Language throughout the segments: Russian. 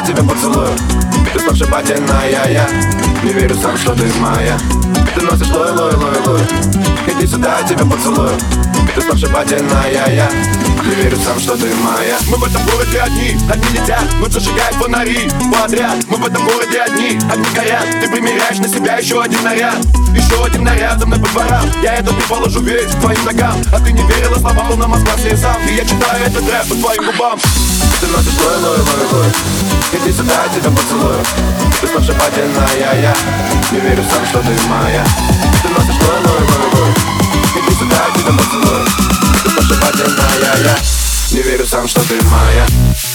тебя поцелую. Ты сногсшибательная, я не верю сам, что ты моя. Ты носишь лой, лой, лой, лой. Иди сюда, я тебя поцелую. Ты сногсшибательная, я не верю сам, что ты моя. Мы в этом городе одни летят, ночь зажигает фонари подряд. Мы в этом городе одни горят. Ты примеряешь на себя еще один наряд. Еще один наряд за мной по дворам. Я этот не положу весь к твоим ногам. А ты не верила словам, но на Москва слезам. И я читаю этот рэп по твоим губам. Ты носишь лой, лой, лой, лой. Иди сюда, я тебя поцелую. Ты сногсшибательная, я не верю сам, что ты моя. Ты носишь лой, лой, лой, лой. Иди сюда, я тебя поцелую. Ты сногсшибательная, я не верю сам, что ты моя.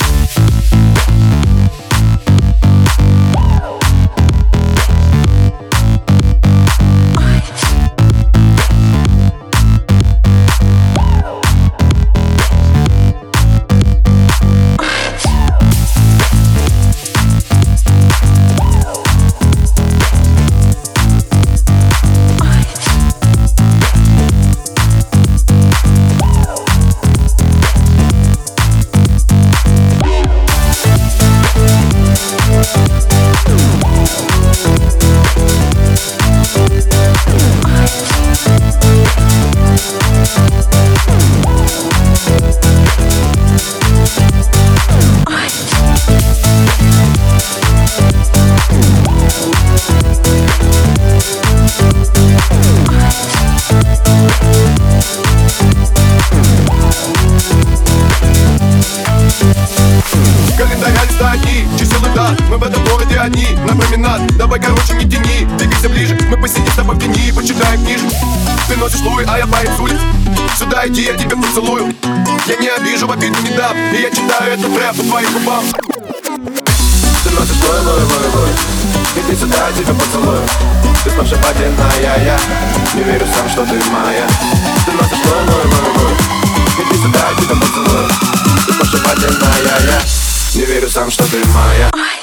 Мы в этом городе одни, на променад. Давай, короче, не тяни, двигайся ближе. Мы посидим с тобой в тени, почитаем книжек. Ты носишь луи, а я парень с улиц. Сюда иди, я тебя поцелую. Я не обижу, в обиду не дам. И я читаю этот рэп по твоим губам. Ты носишь лой, лой, лой, лой. Иди сюда, я тебя поцелую. Ты сногсшибательная, я не верю сам, что ты моя. Ты носишь лой, лой, лой, лой. Иди сюда, я тебя поцелую. Ты сногсшибательная, я не верю сам, что ты моя.